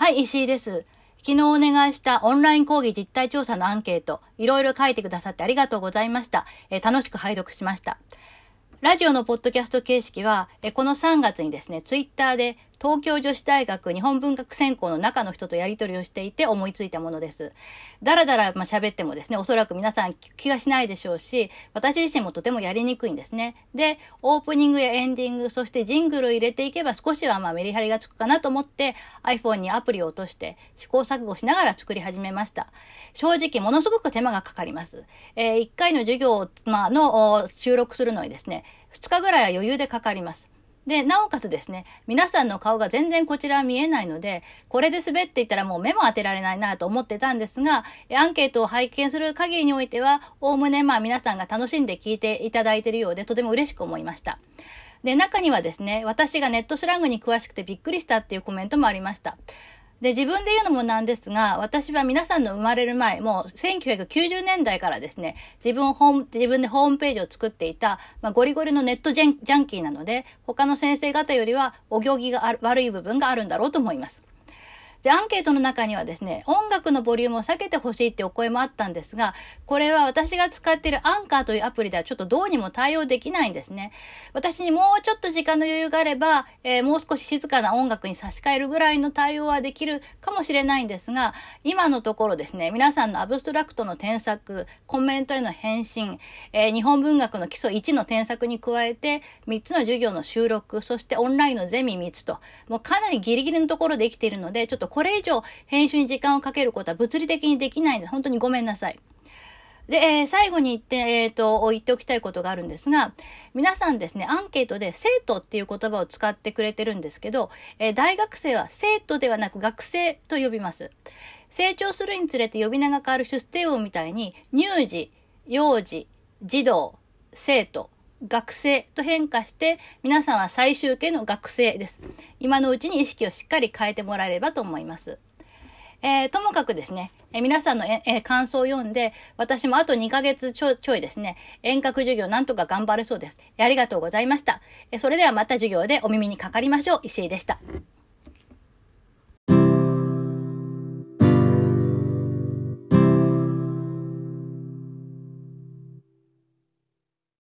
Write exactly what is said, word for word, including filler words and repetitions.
はい、石井です。昨日お願いしたオンライン講義実態調査のアンケート、いろいろ書いてくださってありがとうございました。えー、楽しく拝読しました。ラジオのポッドキャスト形式は、えこのさんがつにですね、ツイッターで東京女子大学日本文学専攻の中の人とやり取りをしていて思いついたものです。だらだらまあ喋ってもですね、おそらく皆さん気がしないでしょうし、私自身もとてもやりにくいんですね。で、オープニングやエンディング、そしてジングルを入れていけば少しはまあメリハリがつくかなと思って iPhone にアプリを落として試行錯誤しながら作り始めました。正直ものすごく手間がかかります。えー、いっかいの授業、まあ、の収録するのにですね、ふつかぐらいは余裕でかかります。で、なおかつですね、皆さんの顔が全然こちらは見えないので、これで滑っていったらもう目も当てられないなと思ってたんですが、アンケートを拝見する限りにおいては、おおむねまあ皆さんが楽しんで聞いていただいているようで、とても嬉しく思いました。で、中にはですね、私がネットスラングに詳しくてびっくりしたっていうコメントもありました。で、自分で言うのもなんですが、私は皆さんの生まれる前、もうせんきゅうひゃくきゅうじゅうねんだいからですね、自分をホーム、自分でホームページを作っていた、まあ、ゴリゴリのネットジャン、ジャンキーなので、他の先生方よりはお行儀がある悪い部分があるんだろうと思います。で、アンケートの中にはですね、音楽のボリュームを下げてほしいってお声もあったんですが、これは私が使っているアンカーというアプリではちょっとどうにも対応できないんですね。私にもうちょっと時間の余裕があれば、えー、もう少し静かな音楽に差し替えるぐらいの対応はできるかもしれないんですが、今のところですね、皆さんのアブストラクトの添削、コメントへの返信、えー、日本文学の基礎いちの添削に加えて、みっつの授業の収録、そしてオンラインのゼミみっつと、もうかなりギリギリのところで生きているので、ちょっとこれ以上編集に時間をかけることは物理的にできないので、本当にごめんなさい。で、えー、最後に言って、えっと、言っておきたいことがあるんですが、皆さんですね、アンケートで生徒っていう言葉を使ってくれてるんですけど、えー、大学生は生徒ではなく学生と呼びます。成長するにつれて呼び名が変わる出世音みたいに、乳児、幼児、児童、生徒、学生と変化して、皆さんは最終形の学生です。今のうちに意識をしっかり変えてもらえればと思います。えー、ともかくですね、えー、皆さんの、えー、感想を読んで、私もあとにかげつちょ、ちょいですね、遠隔授業なんとか頑張れそうです。ありがとうございました。えー、それではまた授業でお耳にかかりましょう。石井でした。